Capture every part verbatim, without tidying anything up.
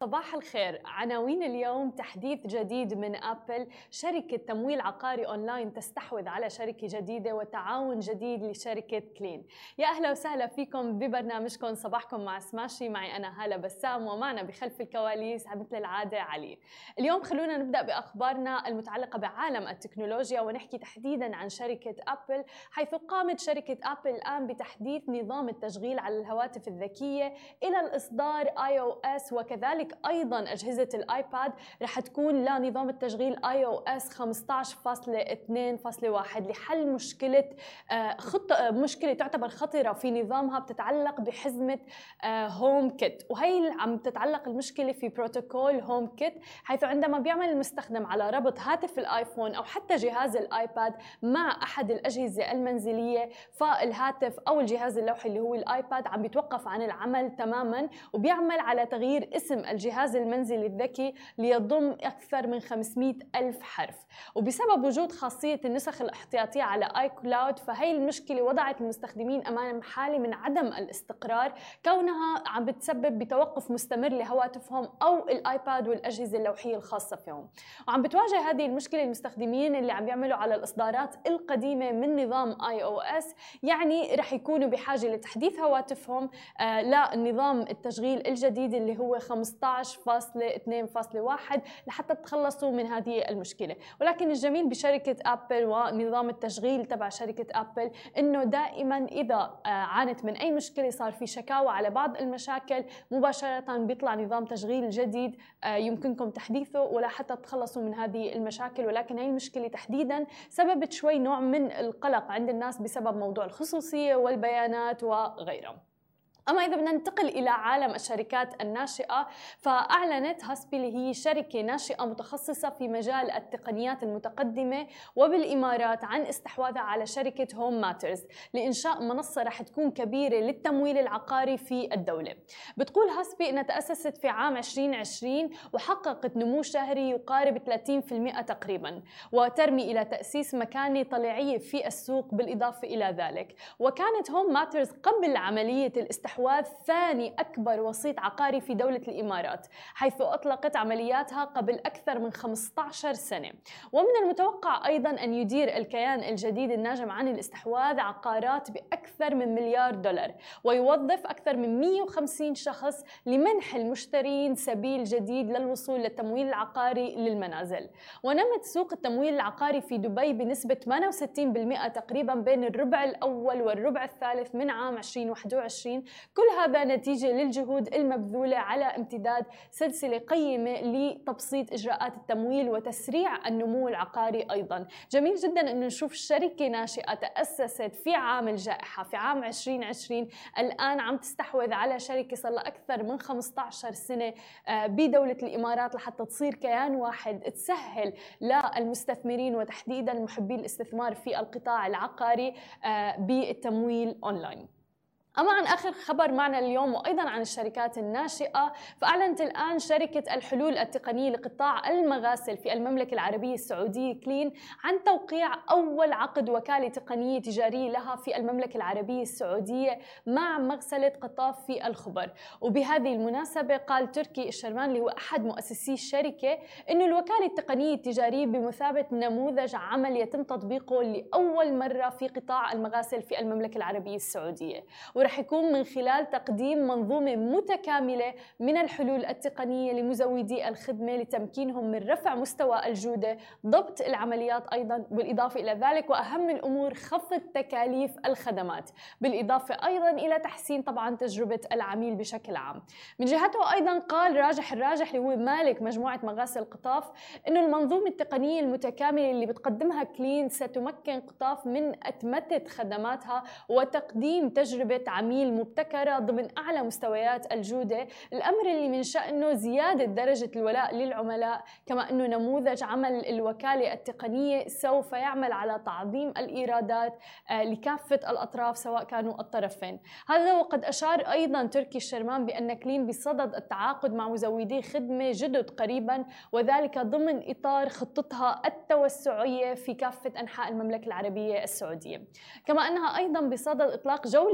صباح الخير. عناوين اليوم: تحديث جديد من أبل، شركة تمويل عقاري أونلاين تستحوذ على شركة جديدة، وتعاون جديد لشركة كلين. يا أهلا وسهلا فيكم ببرنامجكم صباحكم مع سماشي. معي أنا هالة بسام، ومعنا بخلف الكواليس مثل العادة علي. اليوم خلونا نبدأ بأخبارنا المتعلقة بعالم التكنولوجيا، ونحكي تحديدا عن شركة أبل، حيث قامت شركة أبل الآن بتحديث نظام التشغيل على الهواتف الذكية إلى الإصدار آي أو إس، وكذلك أيضاً أجهزة الآيباد رح تكون لنظام التشغيل آي أو إس خمسة عشر فاصلة اثنين فاصلة واحد لحل مشكلة خط مشكلة تعتبر خطرة في نظامها، بتتعلق بحزمة هوم كيت. وهي عم تتعلق المشكلة في بروتوكول هوم كيت، حيث عندما بيعمل المستخدم على ربط هاتف الآيفون أو حتى جهاز الآيباد مع أحد الأجهزة المنزلية، فالهاتف أو الجهاز اللوحي اللي هو الآيباد عم بيتوقف عن العمل تماماً، وبيعمل على تغيير اسم الجهاز المنزلي الذكي ليضم أكثر من خمسمئة ألف حرف. وبسبب وجود خاصية النسخ الاحتياطية على آي كلاود، فهي المشكلة وضعت المستخدمين أمام حالة من عدم الاستقرار، كونها عم بتسبب بتوقف مستمر لهواتفهم أو الآيباد والأجهزة اللوحية الخاصة فيهم. وعم بتواجه هذه المشكلة المستخدمين اللي عم بيعملوا على الإصدارات القديمة من نظام آي أو إس، يعني رح يكونوا بحاجة لتحديث هواتفهم آه لنظام التشغيل الجديد اللي هو خمسة عشر فاصلة اثنين فاصلة واحد لحتى تخلصوا من هذه المشكلة. ولكن الجميل بشركة أبل ونظام التشغيل تبع شركة أبل إنه دائما إذا عانت من أي مشكلة، صار في شكاوى على بعض المشاكل، مباشرة بيطلع نظام تشغيل جديد يمكنكم تحديثه ولا حتى تخلصوا من هذه المشاكل. ولكن هي المشكلة تحديدا سببت شوي نوع من القلق عند الناس بسبب موضوع الخصوصية والبيانات وغيره. أما إذا بدنا ننتقل إلى عالم الشركات الناشئة، فأعلنت هاسبي اللي هي شركة ناشئة متخصصة في مجال التقنيات المتقدمة وبالإمارات عن استحواذها على شركة هوم ماترز لإنشاء منصة رح تكون كبيرة للتمويل العقاري في الدولة. بتقول هاسبي أنها تأسست في عام عشرين عشرين وحققت نمو شهري يقارب ثلاثين بالمئة تقريبا، وترمي إلى تأسيس مكانة طليعية في السوق بالإضافة إلى ذلك. وكانت هوم ماترز قبل عملية الاستحواذ ثاني أكبر وسيط عقاري في دولة الإمارات، حيث أطلقت عملياتها قبل أكثر من خمسة عشر سنة. ومن المتوقع أيضاً أن يدير الكيان الجديد الناجم عن الاستحواذ عقارات بأكثر من مليار دولار، ويوظف أكثر من مئة وخمسين شخص لمنح المشترين سبيل جديد للوصول للتمويل العقاري للمنازل. ونمت سوق التمويل العقاري في دبي بنسبة ثمانية وستين بالمئة تقريباً بين الربع الأول والربع الثالث من عام عشرين واحد وعشرين. كل هذا نتيجة للجهود المبذولة على امتداد سلسلة قيمة لتبسيط إجراءات التمويل وتسريع النمو العقاري أيضا. جميل جدا أن نشوف شركة ناشئة تأسست في عام الجائحة في عام عشرين عشرين الآن عم تستحوذ على شركة صار لها أكثر من خمسة عشر سنة بدولة الإمارات لحتى تصير كيان واحد تسهل للمستثمرين وتحديدا محبي الاستثمار في القطاع العقاري بالتمويل أونلاين. أما عن آخر خبر معنا اليوم وأيضاً عن الشركات الناشئة، فأعلنت الآن شركة الحلول التقنية لقطاع المغاسل في المملكة العربية السعودية كلين عن توقيع أول عقد وكالة تقنية تجارية لها في المملكة العربية السعودية مع مغسلة قطاف في الخبر. وبهذه المناسبة قال تركي الشرمان اللي هو أحد مؤسسي الشركة إنه الوكالة التقنية التجارية بمثابة نموذج عمل يتم تطبيقه لأول مرة في قطاع المغاسل في المملكة العربية السعودية، ورح يكون من خلال تقديم منظومة متكاملة من الحلول التقنية لمزودي الخدمة لتمكينهم من رفع مستوى الجودة، ضبط العمليات أيضاً، بالإضافة إلى ذلك وأهم الأمور خفض تكاليف الخدمات، بالإضافة أيضاً إلى تحسين طبعاً تجربة العميل بشكل عام. من جهته أيضاً قال راجح الراجح اللي هو مالك مجموعة مغاسل قطاف إنه المنظومة التقنية المتكاملة اللي بتقدمها كلين ستمكن قطاف من أتمتة خدماتها وتقديم تجربة عميل مبتكرة ضمن أعلى مستويات الجودة، الأمر اللي من شأنه زيادة درجة الولاء للعملاء، كما أنه نموذج عمل الوكالة التقنية سوف يعمل على تعظيم الإيرادات لكافة الأطراف سواء كانوا الطرفين. هذا وقد أشار أيضا تركي الشرمان بأن كلين بصدد التعاقد مع مزودي خدمة جدد قريبا، وذلك ضمن إطار خطتها التوسعية في كافة أنحاء المملكة العربية السعودية. كما أنها أيضا بصدد إطلاق جولة استثمارية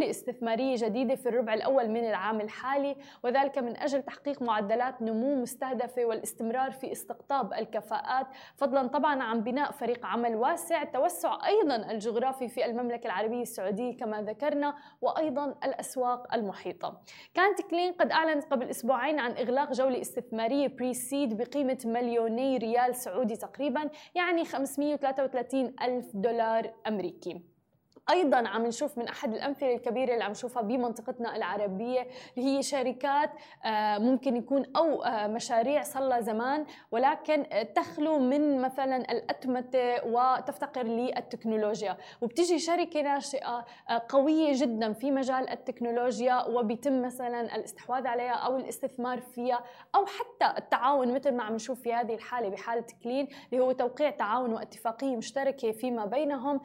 استثمارية جديدة في الربع الأول من العام الحالي، وذلك من أجل تحقيق معدلات نمو مستهدفة والاستمرار في استقطاب الكفاءات، فضلا طبعا عن بناء فريق عمل واسع، توسع أيضا الجغرافي في المملكة العربية السعودية كما ذكرنا، وأيضا الأسواق المحيطة. كانت كلين قد أعلنت قبل أسبوعين عن إغلاق جولة استثمارية بري سيد بقيمة مليوني ريال سعودي تقريبا، يعني خمسمئة وثلاثة وثلاثين ألف دولار أمريكي. أيضاً عم نشوف من أحد الأمثلة الكبيرة اللي عم نشوفها بمنطقتنا العربية اللي هي شركات ممكن يكون أو مشاريع صار لها زمان ولكن تخلو من مثلاً الأتمتة وتفتقر للتكنولوجيا، وبتجي شركة ناشئة قوية جداً في مجال التكنولوجيا وبيتم مثلاً الاستحواذ عليها أو الاستثمار فيها أو حتى التعاون، مثل ما عم نشوف في هذه الحالة بحالة كلين اللي هو توقيع تعاون واتفاقية مشتركة فيما بينهم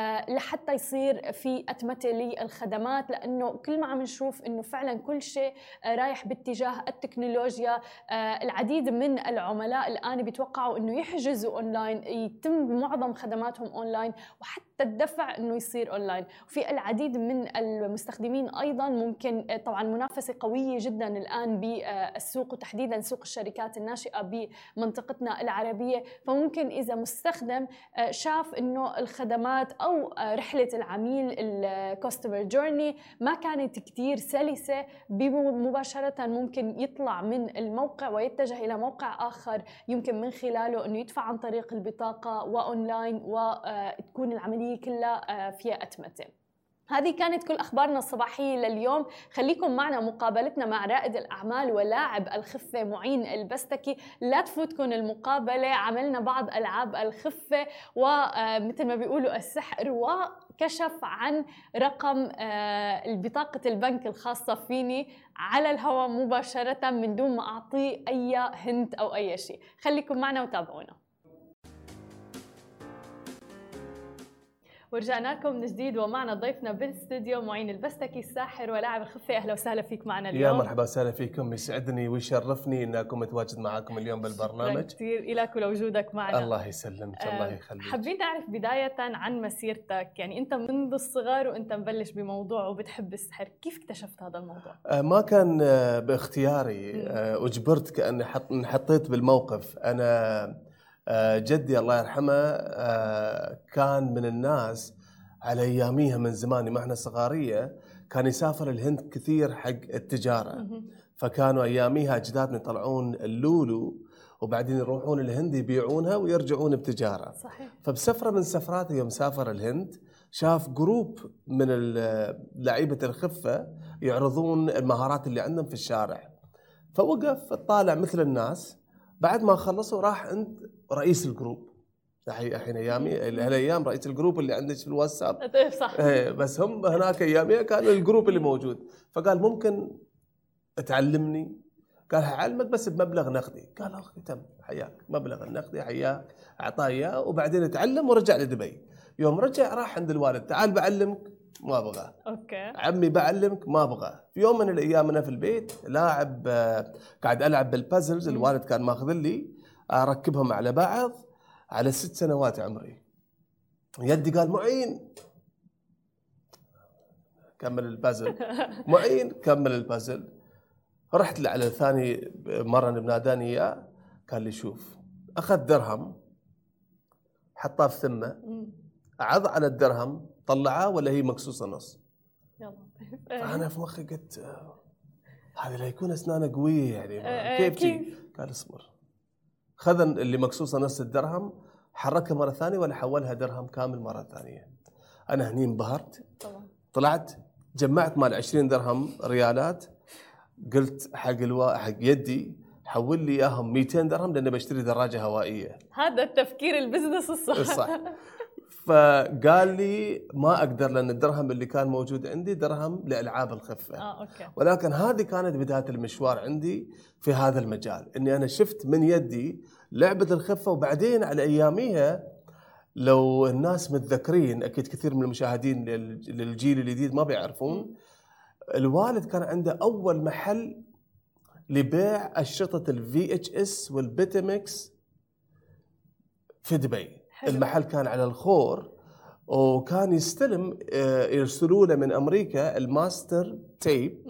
لحتى يصير يصير في أتمتة للخدمات، لأنه كل ما عم نشوف أنه فعلا كل شيء رايح باتجاه التكنولوجيا. العديد من العملاء الآن بيتوقعوا أنه يحجزوا أونلاين، يتم معظم خدماتهم أونلاين، وحتى الدفع أنه يصير أونلاين. وفي العديد من المستخدمين أيضا ممكن، طبعا منافسة قوية جدا الآن بالسوق وتحديدا سوق الشركات الناشئة بمنطقتنا العربية، فممكن إذا مستخدم شاف أنه الخدمات أو رحلة العميل الكاستمر جورني ما كانت كتير سلسة، مباشرة ممكن يطلع من الموقع ويتجه إلى موقع آخر يمكن من خلاله أنه يدفع عن طريق البطاقة وأونلاين وتكون العملية كلها فيها أتمتة. هذه كانت كل أخبارنا الصباحية لليوم. خليكم معنا مقابلتنا مع رائد الأعمال ولاعب الخفة معين البستكي، لا تفوتكم المقابلة. عملنا بعض ألعاب الخفة ومثل ما بيقولوا السحر، وكشف عن رقم بطاقة البنك الخاصة فيني على الهواء مباشرة من دون ما أعطيه أي هنت أو أي شيء. خليكم معنا وتابعونا. ورجعنا لكم من جديد ومعنا ضيفنا بالاستديو معين البستكي الساحر ولاعب الخفة. أهلا وسهلا فيك معنا اليوم. يا مرحبا وسهلا فيكم، يسعدني ويشرفني أن أكون متواجد معكم اليوم بالبرنامج. كثير لك ولوجودك معنا. الله يسلمك. الله يخليك. حابين نعرف بداية عن مسيرتك، يعني أنت منذ الصغر وأنت مبلش بموضوع وبتحب السحر، كيف اكتشفت هذا الموضوع؟ ما كان باختياري، أجبرت كأني انحطيت بالموقف. أنا جدي الله يرحمه كان من الناس على أياميها من زمان، ما احنا صغارية، كان يسافر الهند كثير حق التجارة، فكانوا أياميها أجدادنا يطلعون اللولو وبعدين يروحون الهند يبيعونها ويرجعون بتجارة. صحيح. فبسفرة من سفراته يوم سافر الهند شاف جروب من لعيبة الخفة يعرضون المهارات اللي عندهم في الشارع، فوقف طالع مثل الناس. بعد ما خلصوا راح عند رئيس الجروب، الحين ايامي هالايام رئيس الجروب اللي عندك في الواتساب. طيب صح. ايه بس هم هناك ايامي كان الجروب اللي موجود، فقال ممكن تعلمني؟ قال هعلمك بس بمبلغ نقدي. قال اخي تم، حياك، مبلغ النقدي حياك، اعطاه اياه وبعدين اتعلم ورجع لدبي. يوم رجع راح عند الوالد، تعال بعلمك، ما ابغى. اوكي. عمي بعلمك، ما ابغى. في يوم من الايام انا في البيت لاعب، قاعد العب بالبازلز، الوالد كان ماخذ لي اركبهم على بعض على ست سنوات عمري. يدي قال معين كمل البازل، معين كمل البازل. رحت على ثاني مره بناداني اياه، قال لي شوف، اخذ درهم حطاه في ثمه، عض على الدرهم طلعاه ولا هي مقصوصه نص. يلا. فانا في مخي قلت هذا لا يكون اسنانه قويه يعني كيف تجي؟ قال اصبر. خذ اللي مقصوصه نص الدرهم، حركها مره ثانيه ولا حولها درهم كامل مره ثانيه. انا هني انبهرت طبعا. طلعت جمعت مال عشرين درهم ريالات، قلت حق الوا حق يدي حول لي اياهم مئتين درهم لاني بشتري دراجه هوائيه. هذا التفكير البزنس الصح. صح. فقال لي ما اقدر لان الدرهم اللي كان موجود عندي درهم لالعاب الخفه. اه اوكي. ولكن هذه كانت بدايه المشوار عندي في هذا المجال، اني انا شفت من يدي لعبه الخفه. وبعدين على اياميها لو الناس متذكرين، اكيد كثير من المشاهدين للجيل الجديد ما بيعرفون، الوالد كان عنده اول محل لبيع اشرطه الفي اتش اس والبيتامكس في دبي. حلو. المحل كان على الخور، وكان يستلم يرسلوا له من امريكا الماستر تيب،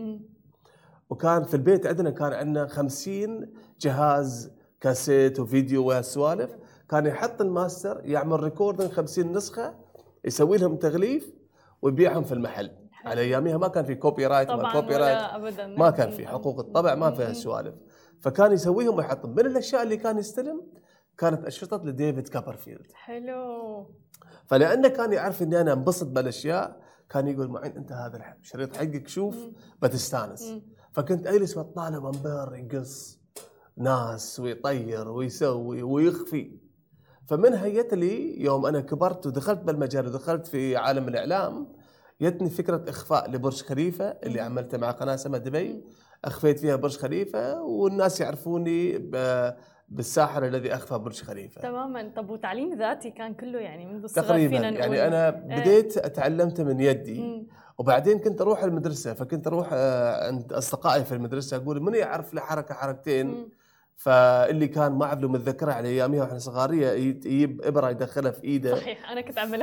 وكان في البيت عندنا كان عندنا خمسين جهاز كاسيت وفيديو وهالسوالف، كان يحط الماستر يعمل ريكوردنج خمسين نسخه، يسوي لهم تغليف ويبيعهم في المحل. على ايامها ما كان في كوبي رايت، ما كوبي رايت أبداً. ما كان في حقوق الطبع، ما فيها سوالف. فكان يسويهم ويحطهم. من الاشياء اللي كان يستلم كانت اشرطه لديفيد كوبرفيلد. حلو. فلانه كان يعرف اني انا انبسط بالاشياء، كان يقول معين انت هذا الشريط حقك شوف بتستانس. فكنت اجلس وطالع منبر يقص ناس ويطير ويسوي ويخفي. فمن هيت لي يوم انا كبرت ودخلت بالمجال ودخلت في عالم الاعلام، جتني فكره اخفاء لبرج خليفه اللي عملته مع قناه سما دبي. اخفيت فيها برج خليفه والناس يعرفوني بالساحر الذي اخفى برج خليفه. تماما. طب وتعليم ذاتي كان كله يعني منذ الصغر تقريبا فينا نقول. يعني انا بديت اتعلمت من يدي. مم. وبعدين كنت اروح المدرسه، فكنت اروح عند اصدقائي في المدرسه اقول من يعرف له حركه حركتين. مم. فاللي كان ما اعرف له متذكره على ايامها واحنا صغاريه يجيب ابره يدخلها في ايده. صحيح انا كنت اعملها.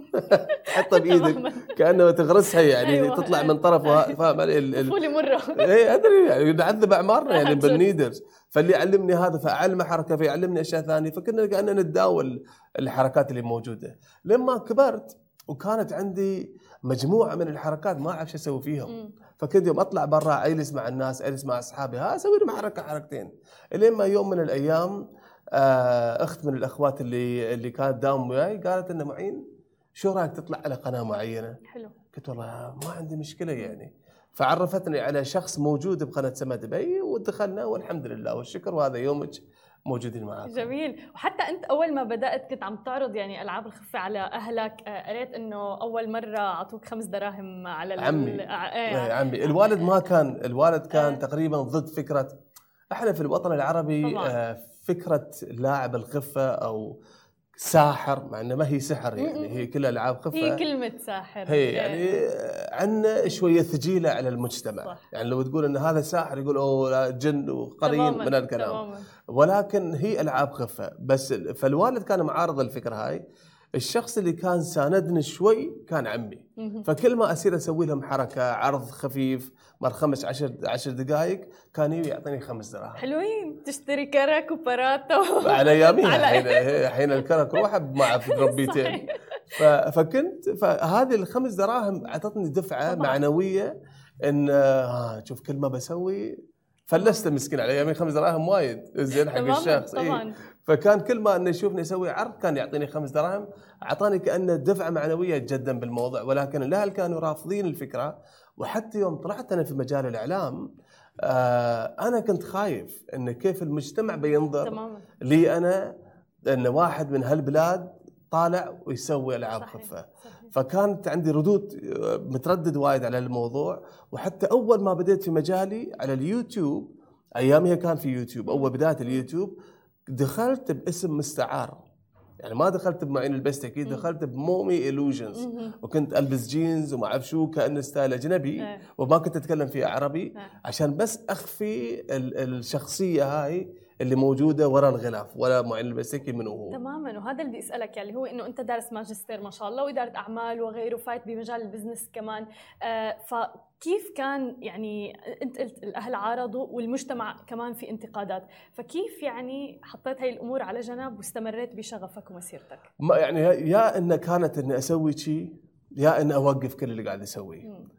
تحطها بايدك كانه تغرسها يعني. أيوة. تطلع من طرفها، فاهم علي؟ طفولي مره. اي ادري يعني نعذب اعمارنا يعني بالنيدرز. فاللي علمني هذا فاعلمه حركه فيعلمني اشياء ثانيه، فكنا كأننا نتداول الحركات اللي موجوده. لما كبرت وكانت عندي مجموعه من الحركات ما اعرف شو اسوي فيهم. فكنت يوم اطلع برا اجلس مع الناس، اجلس مع اصحابي، ها اسوي لهم حركه حركتين. الين ما يوم من الايام اخت من الاخوات اللي اللي كانت داوم وياي قالت انه معين شو رايك تطلع على قناه معينه؟ حلو. قلت والله ما عندي مشكله يعني. فعرفتني على شخص موجود بقناه سما دبي ودخلنا والحمد لله والشكر، وهذا يومك موجودين معاكم. جميل. وحتى انت اول ما بدات كنت عم تعرض يعني العاب الخفه على اهلك، قريت انه اول مره اعطوك خمس دراهم على عمي. ال... ايه عمي. الوالد ما كان الوالد كان آه. تقريبا ضد فكره. احنا في الوطن العربي طبعاً. فكره لاعب الخفه او ساحر، مع انه ما هي سحر يعني، هي كلها العاب خفه. هي كلمه ساحر هي يعني عندنا شويه ثقيله على المجتمع. صح. يعني لو تقول ان هذا ساحر يقول اوه جن وقرين من الكلام. تماماً. ولكن هي العاب خفه بس. فالوالد كان معارض الفكره هاي. الشخص اللي كان ساندني شوي كان عمي. فكل ما اسير اسوي لهم حركه عرض خفيف مر خمس عشر عشر دقائق كان يعطيني خمس دراهم. حلوين. تشتري كرك وبراتو على ايامها. الحين الحين الكرك روحه مع ربيتين. فكنت فهذه الخمس دراهم اعطتني دفعه طبعا. معنويه ان ها شوف كل ما بسوي فلست مسكين. على ايامي خمس دراهم وايد زين حق الشخص. طبعا. فكان كل ما انه يشوفني اسوي عرض كان يعطيني خمس دراهم، اعطاني كانه دفعه معنويه جدا بالموضوع. ولكن الاهل كانوا رافضين الفكره. وحتى يوم طلعت انا في مجال الاعلام آه انا كنت خايف ان كيف المجتمع بينظر تماما. لي انا ان واحد من هالبلاد طالع ويسوي العاب خفه. فكانت عندي ردود متردد وايد على الموضوع. وحتى اول ما بديت في مجالي على اليوتيوب، ايامها كان في يوتيوب اول بدايه اليوتيوب، دخلت باسم مستعار. يعني ما دخلت بمعين البست اكيد، دخلت بمومي إلوجنز. وكنت البس جينز وما اعرف شو كانه ستايل اجنبي. وما كنت اتكلم فيه عربي عشان بس اخفي الشخصيه هاي اللي موجوده ورا الغلاف ولا معين البستكي منو هو. تماما. وهذا اللي بدي اسالك يعني هو انه انت دارس ماجستير ما شاء الله واداره اعمال وغيره، فايت بمجال البزنس كمان. آه فكيف كان يعني انت قلت الاهل عارضوا والمجتمع كمان في انتقادات، فكيف يعني حطيت هاي الامور على جنب واستمريت بشغفك ومسيرتك؟ ما يعني يا ان كانت اني اسوي شيء يا ان اوقف كل اللي قاعد اسويه.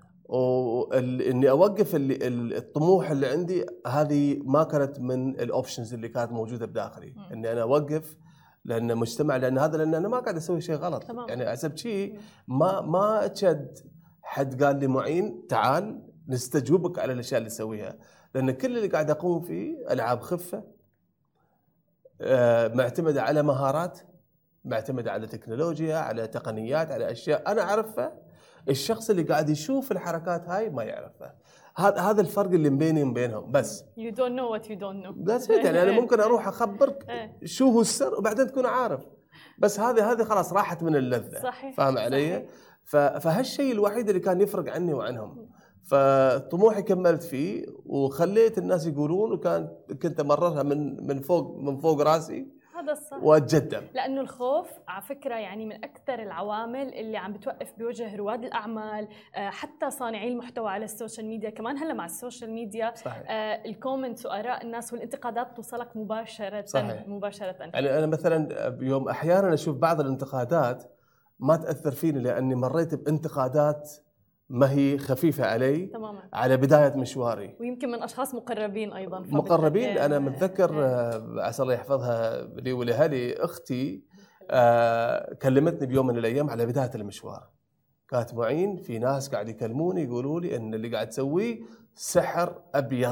واني اوقف اللي الطموح اللي عندي هذه ما كانت من الاوبشنز اللي كانت موجوده بداخلي. م. اني انا اوقف لان مجتمع، لان هذا لان انا ما قاعد اسوي شيء غلط. تمام. يعني حسب شيء ما ما اتشد حد قال لي معين تعال نستجوبك على الاشياء اللي تسويها، لان كل اللي قاعد اقوم فيه العاب خفه معتمده على مهارات، معتمده على تكنولوجيا، على تقنيات، على اشياء انا اعرفها. الشخص اللي قاعد يشوف الحركات هاي ما يعرفها. هذا هذا الفرق اللي بيني وبينهم بس. You don't know what you don't know. بس يعني انا ممكن اروح اخبرك شو هو السر وبعدين تكون عارف. بس هذه هذه خلاص راحت من اللذة. صحيح. فاهم علي؟ فهالشيء الوحيد اللي كان يفرق عني وعنهم. فطموحي كملت فيه وخليت الناس يقولون، وكان كنت امررها من من فوق من فوق راسي. هذا الصح واتجدم. لانه الخوف على فكره يعني من اكثر العوامل اللي عم بتوقف بوجه رواد الاعمال، حتى صانعي المحتوى على السوشيال ميديا. كمان هلا مع السوشيال ميديا صحيح. الكومنتس واراء الناس والانتقادات توصلك مباشره. صحيح. مباشره. يعني انا مثلا يوم احيانا اشوف بعض الانتقادات ما تاثر فيني لاني مريت بانتقادات ما هي خفيفة علي تماما. على بداية مشواري، ويمكن من أشخاص مقربين أيضا. مقربين. أنا متذكر عسى الله يحفظها لي ولأهلي، أختي آه كلمتني بيوم من الأيام على بداية المشوار، كانت معين في ناس قاعد يكلموني يقولوا لي إن اللي قاعد تسويه سحر أبيض.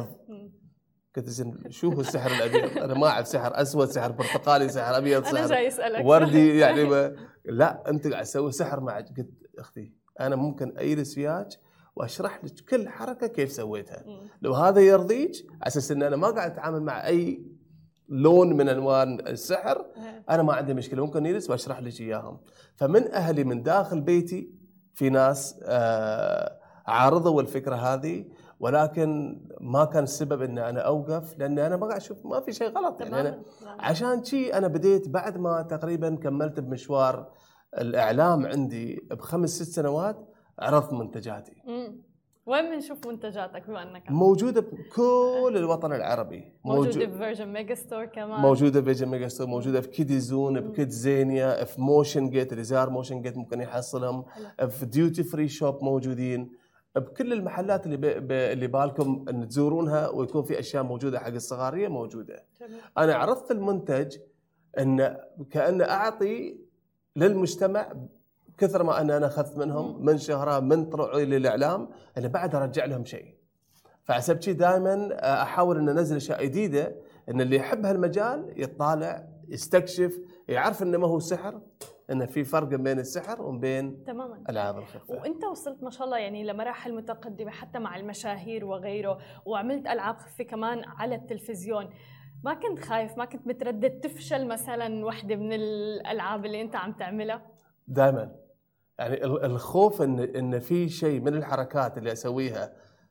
قلت زين شو هو السحر الأبيض؟ أنا ما أعرف سحر أسود، سحر برتقالي، سحر أبيض، سحر أنا جاي أسألك وردي يعني ب... لا أنت قاعد تسوي سحر مع. قلت أختي أنا ممكن أجلس وياك وأشرح لك كل حركة كيف سويتها، لو هذا يرضيك، على أساس إن أنا ما قاعد أتعامل مع أي لون من ألوان السحر، أنا ما عندي مشكلة، ممكن نجلس وأشرح لك إياهم. فمن أهلي من داخل بيتي في ناس آه عارضوا الفكرة هذه، ولكن ما كان السبب ان انا اوقف، لان انا ما قاعد اشوف ما في شيء غلط. يعني انا عشان شيء انا بديت بعد ما تقريبا كملت بمشوار الاعلام عندي بخمس ست سنوات، عرضت منتجاتي. امم وين بنشوف منتجاتك بما انك موجوده بكل الوطن العربي؟ موجوده بفيرجن ميجا ستور، كمان موجوده بفيرجن ميجا ستور، موجوده في كيدي زون، بكيد زينيا، في موشن جيت، اللي زار موشن جيت ممكن يحصلهم، في ديوتي فري شوب موجودين، بكل المحلات اللي ب... اللي بالكم ان تزورونها ويكون في اشياء موجوده حق الصغاريه موجوده. انا عرضت المنتج ان كأن اعطي للمجتمع كثر ما ان انا اخذت منهم من شهره من طلوعي للاعلام، انا بعد ارجع لهم شيء. فحسب شيء دائما احاول ان انزل اشياء جديده، ان اللي يحب هالمجال يطالع يستكشف يعرف انه ما هو سحر، إن في فرق بين السحر وبين تماما ألعاب الخفة. وأنت وصلت ما شاء الله يعني لمراحل متقدمة حتى مع المشاهير وغيره، وعملت ألعاب خفة كمان على التلفزيون. ما كنت خايف، ما كنت متردد تفشل مثلا واحدة من الألعاب اللي أنت عم تعملها؟ دائما يعني الخوف إن إن في شيء من الحركات اللي أسويها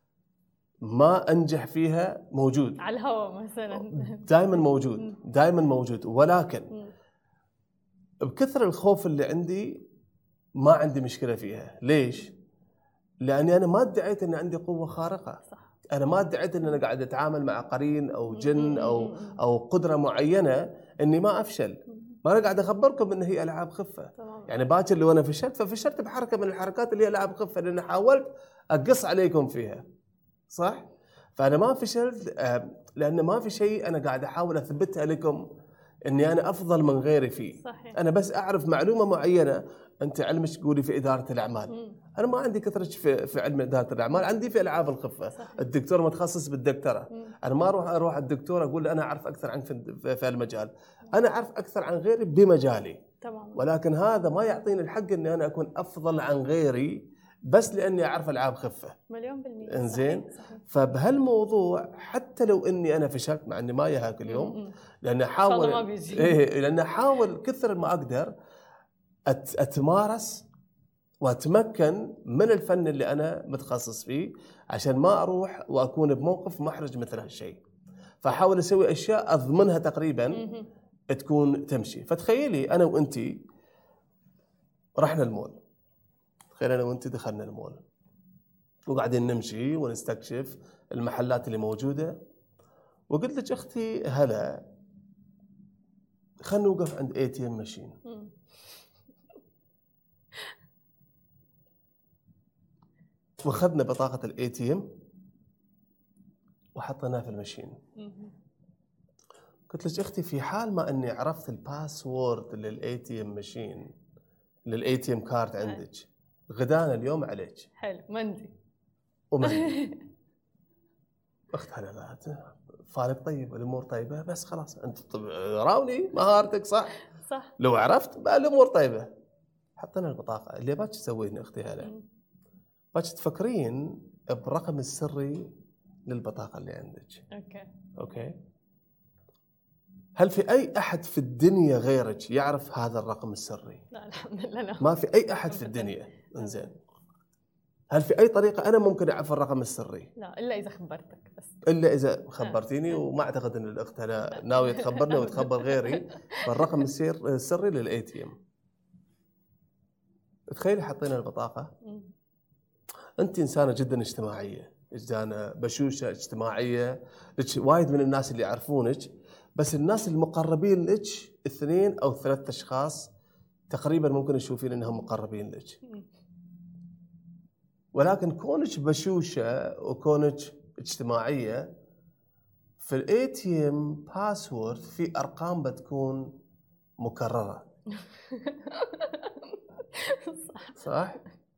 ما أنجح فيها موجود على الهواء مثلا. دائما موجود، دائما موجود. ولكن بكثر الخوف اللي عندي ما عندي مشكلة فيها. ليش؟ لأني أنا ما ادعيت أن عندي قوة خارقة. صح. أنا ما ادعيت أن أنا قاعد أتعامل مع قرين أو جن أو أو قدرة معينة أني ما أفشل. ما أنا قاعد أخبركم أن هي ألعاب خفة. يعني باكر لو أنا فشلت ففشلت بحركة من الحركات اللي هي ألعاب خفة، لأن حاولت أقص عليكم فيها. صح؟ فأنا ما فشلت لأن ما في شيء أنا قاعد أحاول أثبتها لكم اني انا افضل من غيري فيه. صحيح. انا بس اعرف معلومه معينه. انت علمك تقولي في اداره الاعمال، مم. انا ما عندي كثرة في, في علم اداره الاعمال، عندي في العاب الخفه. صحيح. الدكتور متخصص بالدكتوره، انا ما اروح اروح الدكتور اقول له انا اعرف اكثر عنك في, في المجال، انا اعرف اكثر عن غيري بمجالي. تمام. ولكن هذا ما يعطيني الحق اني انا اكون افضل عن غيري بس لاني اعرف العاب خفه. مليون بالمية. انزين. فبهالموضوع حتى لو اني انا فشلت، مع اني ما يهاك اليوم، لان احاول ما بيجي. ايه لان احاول كثر ما اقدر أت اتمارس واتمكن من الفن اللي انا متخصص فيه، عشان ما اروح واكون بموقف محرج مثل هالشيء. فاحاول اسوي اشياء اضمنها تقريبا تكون تمشي. فتخيلي انا وانتي رحنا المول، تخيل انا وانتي دخلنا المول وقاعدين نمشي ونستكشف المحلات اللي موجوده، وقلت لك اختي هلا خلينا نوقف عند اي تي ام ماشين. واخذنا بطاقه الاي تي ام وحطيناها في الماشين. قلت لك اختي في حال ما اني عرفت الباسورد للاي تي ام ماشين، للاي تي ام كارت عندك، غدانا اليوم عليك. حلو. مندي ومندي. اخت هلا فالك طيب، الامور طيبه، بس خلاص انت راوني مهارتك صح صح. لو عرفت بقى الامور طيبه. حطينا البطاقه اللي باك تسوين اختي هلا، باك تفكرين بالرقم السري للبطاقه اللي عندك. اوكي اوكي. هل في اي احد في الدنيا غيرك يعرف هذا الرقم السري؟ لا الحمد لله لا. ما في اي احد في الدنيا. انزين. هل في اي طريقه انا ممكن اعرف الرقم السري؟ لا الا اذا خبرتك بس. الا اذا خبرتيني، وما اعتقد ان الاخت انا ناويه تخبرني وتخبر غيري بالرقم السري للاي تي ام. تخيلي حطينا البطاقه، انت انسانه جدا اجتماعيه، انسانه بشوشه اجتماعيه، وايد من الناس اللي يعرفونك، بس الناس المقربين لك اثنين او ثلاث اشخاص تقريبا ممكن تشوفين انهم مقربين لك. ولكن كونك بشوشه وكونك اجتماعيه، في الاي تي ام باسورد في ارقام بتكون مكرره. صح صح؟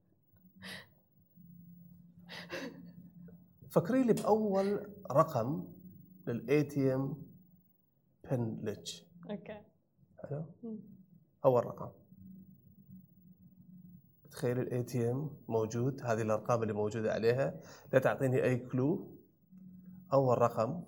فكري لي باول رقم للاي تي ام بن لك. اوكي حلو؟ اول رقم. تخيل الاي تي ام موجود، هذه الارقام اللي موجوده عليها، لا تعطيني اي كلو. اول رقم،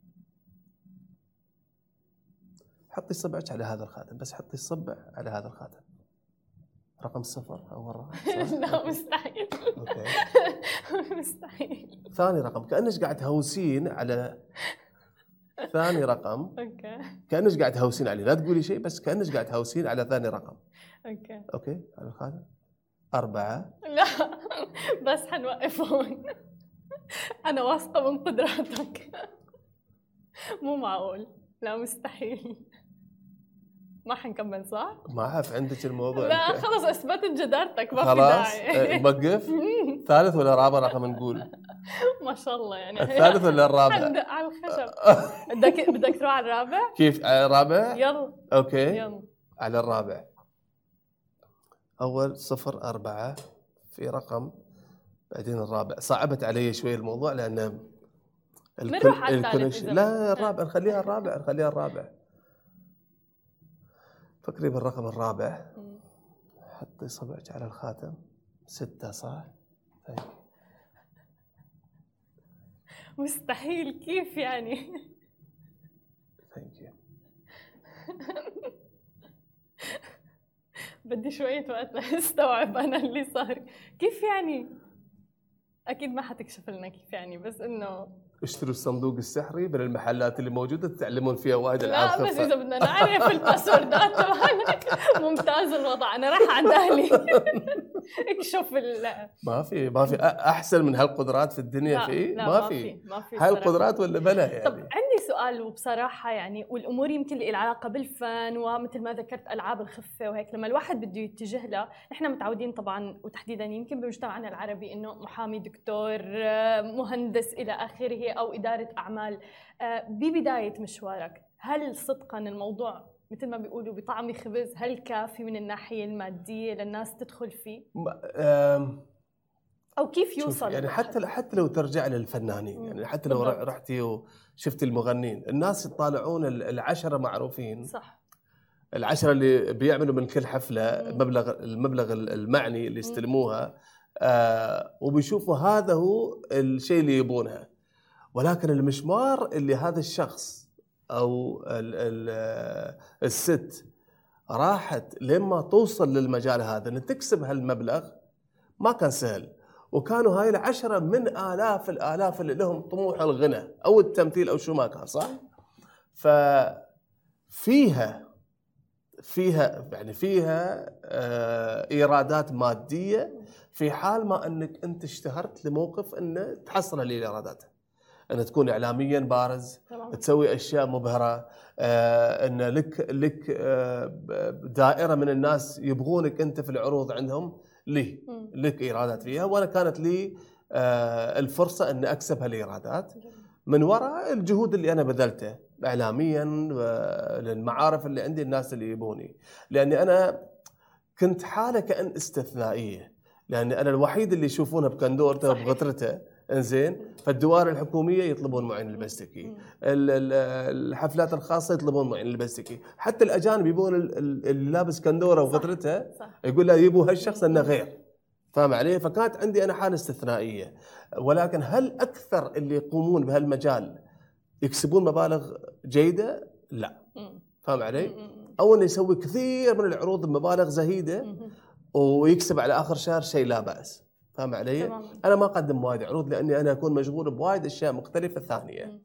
حطي صبعك على هذا الخاتم، بس حطي الصبع على هذا الخاتم. رقم صفر اول رقم. لا مستحيل. اوكي مستحيل. ثاني رقم، كانك قاعد تهوسين على ثاني رقم. اوكي كانك قاعد تهوسين عليه، لا تقولي شيء، بس كانك قاعد تهوسين على ثاني رقم. اوكي اوكي على الخاتم. أربعة. لا بس حنوقف هون. أنا واثقة من قدراتك. مو معقول، لا مستحيل. ما حنكمل صح؟ ما أعرف عندك الموضوع. لا خلص أثبتت جدارتك، ما في خلاص داعي. نوقف. ثالث ولا رابع رقم نقول؟ ما شاء الله يعني. الثالث ولا الرابع؟ حندق على الخشب. بدك بدك تروح على الرابع؟ كيف على الرابع؟ يلا. أوكي. يلا. على الرابع. أول صفر أربعة في رقم، بعدين الرابع. صعبت علي شوي الموضوع لأن بنروح على الثالث. لا الرابع نخليها الرابع نخليها الرابع. فكري بالرقم الرابع. حطي صبعك على الخاتم. ستة صح؟ طيب. مستحيل، كيف يعني؟ ثانك يو. بدي شوية وقت لاستوعب أنا اللي صار. كيف يعني؟ أكيد ما حتكشف لنا كيف يعني، بس إنه اشتروا الصندوق السحري من المحلات اللي موجودة تتعلمون فيها وايد ألعاب خفة. لا بس إذا بدنا نعرف الباسوردات تبعك ممتاز الوضع. أنا رايحة عند أهلي اكشف ال ما في ما في أحسن من هالقدرات في الدنيا. لا في لا ما, ما في ما في هالقدرات ولا بلا يعني. طب عندي سؤال وبصراحة يعني، والأمور يمكن لها علاقة بالفن ومثل ما ذكرت ألعاب الخفة وهيك. لما الواحد بده يتجه لها، نحن متعودين طبعا وتحديدا يمكن بمجتمعنا العربي إنه محامي، دكتور، مهندس إلى آخره، أو إدارة أعمال. ببداية مشوارك هل صدقا الموضوع مثل ما بيقولوا بطعم خبز، هل كافي من الناحية المادية للناس تدخل فيه؟ أو كيف يوصل؟ يعني حتى حتى لو ترجع للفنانين، يعني حتى لو بالضبط. رحتي وشفت المغنين، الناس يطالعون العشرة معروفين. صح. العشرة اللي بيعملوا من كل حفلة مبلغ المبلغ المعني اللي يستلموها، آه وبيشوفوا هذا هو الشيء اللي يبونه. ولكن المشوار اللي هذا الشخص أو ال ال الست راحت لما توصل للمجال هذا أن تكسب هالمبلغ ما كان سهل. وكانوا هاي العشرة من آلاف الآلاف اللي لهم طموح الغنى أو التمثيل أو شو ما كان. صح؟ ففيها فيها يعني فيها آه إيرادات مادية في حال ما أنك أنت اشتهرت لموقف أن تحصل هذه الإيرادات، أن تكون إعلاميا بارز، تسوي أشياء مبهرة، آه أن لك لك آه دائرة من الناس يبغونك أنت في العروض عندهم، لي لك إيرادات فيها. وأنا كانت لي آه الفرصة أن أكسب هالإيرادات من وراء الجهود اللي أنا بذلته إعلاميا، للمعارف اللي عندي، الناس اللي يبوني. لأني أنا كنت حالة كأن استثنائية، لأني أنا الوحيد اللي يشوفونه بكندورته وبغطرته. إنزين، فالدوائر الحكومية يطلبون معين البستكي، الحفلات الخاصة يطلبون معين البستكي، حتى الأجانب يبون اللي لابس كندورة وغطرته يقول لا يبوا هالشخص أنه غير. فاهم علي؟ فكانت عندي أنا حالة استثنائية. ولكن هل أكثر اللي يقومون بهالمجال يكسبون مبالغ جيدة؟ لا. فاهم علي؟ أو أنه يسوي كثير من العروض بمبالغ زهيدة ويكسب على آخر شهر شيء لا بأس. فاهم علي؟ تمام. انا ما اقدم وايد عروض لاني انا اكون مشغول بوايد اشياء مختلفه ثانيه.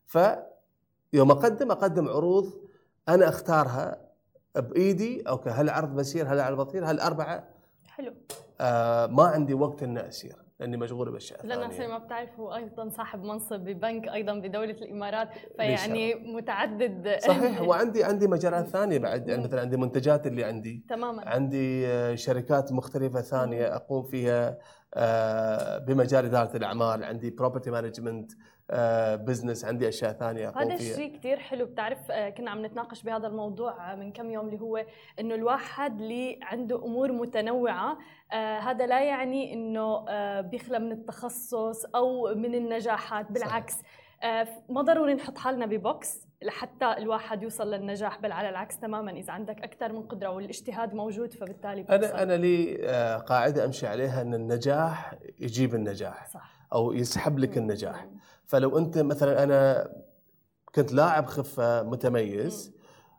فيوم اقدم اقدم عروض انا اختارها بايدي. اوكي هالعرض بسير، هالعرض بطير، هالاربعه حلو. آه ما عندي وقت اني اسير لاني مشغول باشياء ثانيه. للناس اللي ما بتعرف هو ايضا صاحب منصب ببنك ايضا بدوله الامارات، فيعني متعدد. صحيح. وعندي عندي مجالات ثانيه بعد، يعني مثلا عندي منتجات اللي عندي تماما، عندي شركات مختلفه ثانيه اقوم فيها بمجال اداره الاعمال، عندي بروبرتي مانجمنت بزنس، عندي اشياء ثانيه اقوم هذا فيها. الشيء كثير حلو. بتعرف كنا عم نتناقش بهذا الموضوع من كم يوم، اللي هو انه الواحد اللي عنده امور متنوعه آه هذا لا يعني انه آه بيخلى من التخصص او من النجاحات، بالعكس. آه ما ضروري نحط حالنا ببوكس لحتى الواحد يوصل للنجاح، بل على العكس تماما. اذا عندك اكثر من قدره والاجتهاد موجود فبالتالي بتوصل. انا انا لي آه قاعده امشي عليها ان النجاح يجيب النجاح. صح. او يسحب لك النجاح. فلو انت مثلا، انا كنت لاعب خفه متميز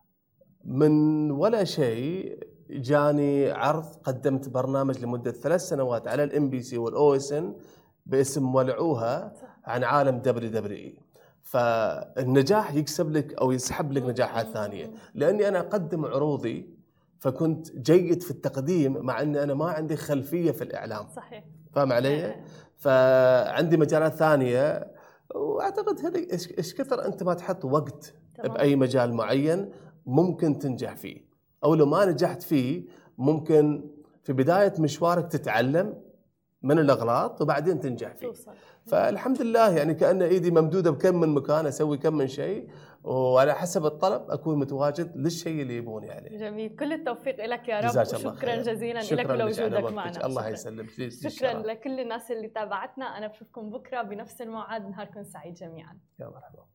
من ولا شيء، جاني عرض، قدمت برنامج لمده ثلاث سنوات على الام بي سي والاو اس ان باسم ولعوها عن عالم دبليو دبليو اي. فالنجاح يكسب لك او يسحب لك نجاحات ثانيه، لاني انا اقدم عروضي فكنت جيد في التقديم مع اني انا ما عندي خلفيه في الاعلام. صحيح. فاهم علي؟ فعندي مجالات ثانيه، واعتقد هذه ايش كثر انت ما تحط وقت طبعا باي مجال معين ممكن تنجح فيه، او لو ما نجحت فيه ممكن في بدايه مشوارك تتعلم من الاغلاط وبعدين تنجح فيه. توصل. فالحمد لله يعني كأن ايدي ممدوده بكم من مكان، اسوي كم من شيء، وعلى حسب الطلب اكون متواجد للشيء اللي يبوني عليه. جميل. كل التوفيق لك يا رب، وشكرا جزيلا لك ولوجودك معنا. الله يسلمك. شكرا لكل الناس اللي تابعتنا. انا بشوفكم بكره بنفس الموعد. نهاركم سعيد جميعا. يا مرحبا.